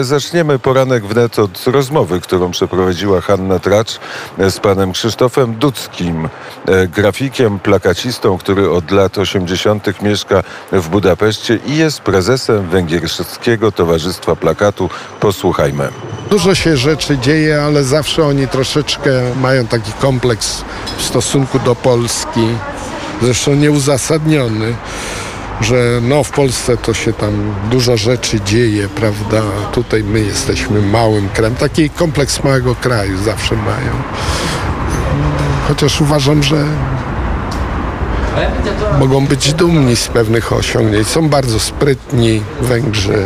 Zaczniemy poranek wnet od rozmowy, którą przeprowadziła Hanna Tracz z panem Krzysztofem Dudzkim, grafikiem, plakacistą, który od lat 80. mieszka w Budapeszcie i jest prezesem Węgierskiego Towarzystwa Plakatu. Posłuchajmy. Dużo się rzeczy dzieje, ale zawsze oni troszeczkę mają taki kompleks w stosunku do Polski, zresztą nieuzasadniony, że w Polsce to się tam dużo rzeczy dzieje, prawda? Tutaj my jesteśmy małym krajem. Taki kompleks małego kraju zawsze mają. Chociaż uważam, że mogą być dumni z pewnych osiągnięć. Są bardzo sprytni Węgrzy.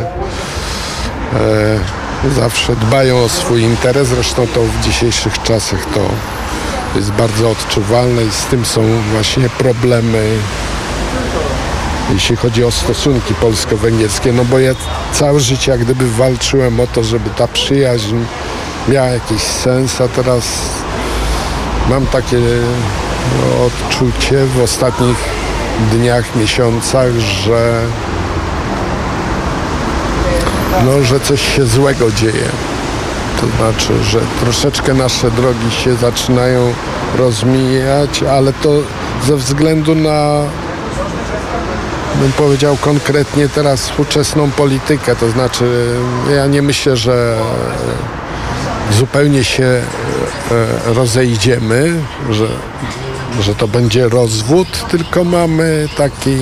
Zawsze dbają o swój interes. Zresztą to w dzisiejszych czasach to jest bardzo odczuwalne i z tym są właśnie problemy, jeśli chodzi o stosunki polsko-węgierskie, bo ja całe życie jak gdyby walczyłem o to, żeby ta przyjaźń miała jakiś sens, a teraz mam takie odczucie w ostatnich dniach, miesiącach, że coś się złego dzieje. To znaczy, że troszeczkę nasze drogi się zaczynają rozmijać, ale to ze względu na, bym powiedział konkretnie teraz, współczesną politykę. To znaczy, ja nie myślę, że zupełnie się rozejdziemy, że to będzie rozwód, tylko mamy taki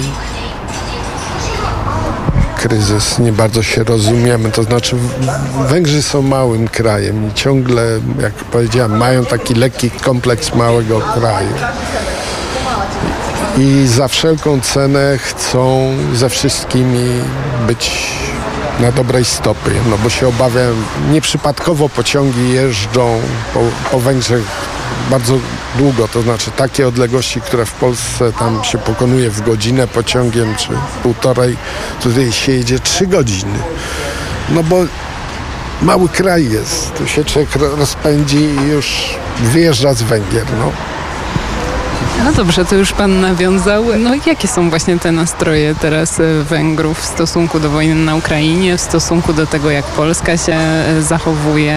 kryzys, nie bardzo się rozumiemy. To znaczy, Węgrzy są małym krajem i ciągle, jak powiedziałem, mają taki lekki kompleks małego kraju. I za wszelką cenę chcą ze wszystkimi być na dobrej stopie, bo się obawiam, nieprzypadkowo pociągi jeżdżą po Węgrzech bardzo długo, to znaczy takie odległości, które w Polsce tam się pokonuje w godzinę pociągiem czy półtorej, tutaj się jedzie 3 godziny. Bo mały kraj jest, tu się człowiek rozpędzi i już wyjeżdża z Węgier. No dobrze, to już pan nawiązał. Jakie są właśnie te nastroje teraz Węgrów w stosunku do wojny na Ukrainie, w stosunku do tego, jak Polska się zachowuje?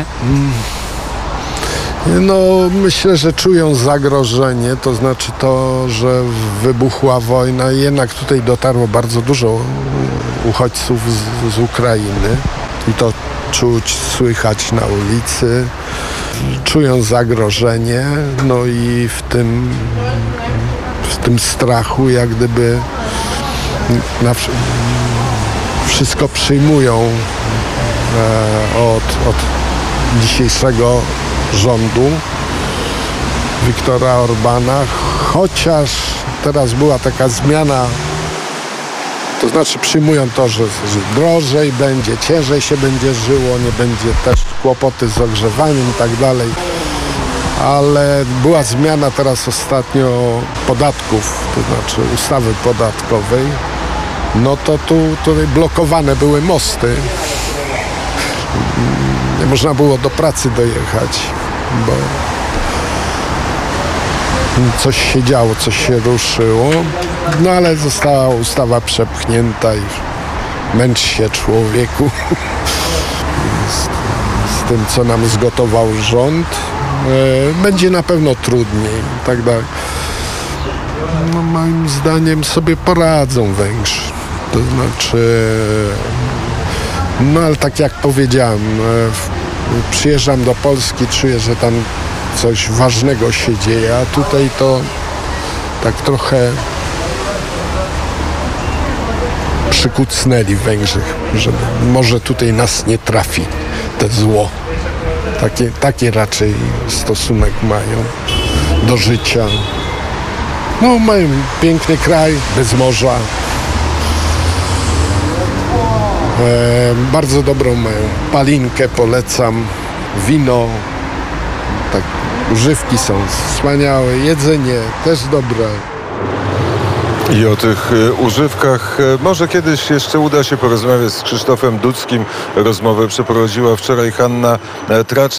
Myślę, że czują zagrożenie, to znaczy to, że wybuchła wojna i jednak tutaj dotarło bardzo dużo uchodźców z Ukrainy i to czuć, słychać na ulicy. Czują zagrożenie, i w tym strachu jak gdyby wszystko przyjmują od dzisiejszego rządu Viktora Orbana, chociaż teraz była taka zmiana, to znaczy przyjmują to, że drożej będzie, ciężej się będzie żyło, nie będzie też kłopoty z ogrzewaniem i tak dalej. Ale była zmiana teraz ostatnio podatków, to znaczy ustawy podatkowej. To tutaj blokowane były mosty. Nie można było do pracy dojechać, bo coś się działo, coś się ruszyło. Ale została ustawa przepchnięta i męcz się człowieku z tym, co nam zgotował rząd. Będzie na pewno trudniej. Tak dalej. Moim zdaniem sobie poradzą Węgrzy. To znaczy, ale tak jak powiedziałem, przyjeżdżam do Polski, czuję, że tam coś ważnego się dzieje, a tutaj to tak trochę przykucnęli Węgrzy, że może tutaj nas nie trafi te zło. Taki raczej stosunek mają do życia. Mają piękny kraj, bez morza. Bardzo dobrą mają palinkę, polecam. Wino, tak, używki są wspaniałe, jedzenie też dobre. I o tych używkach może kiedyś jeszcze uda się porozmawiać z Krzysztofem Dudzkim. Rozmowę przeprowadziła wczoraj Hanna Tracz.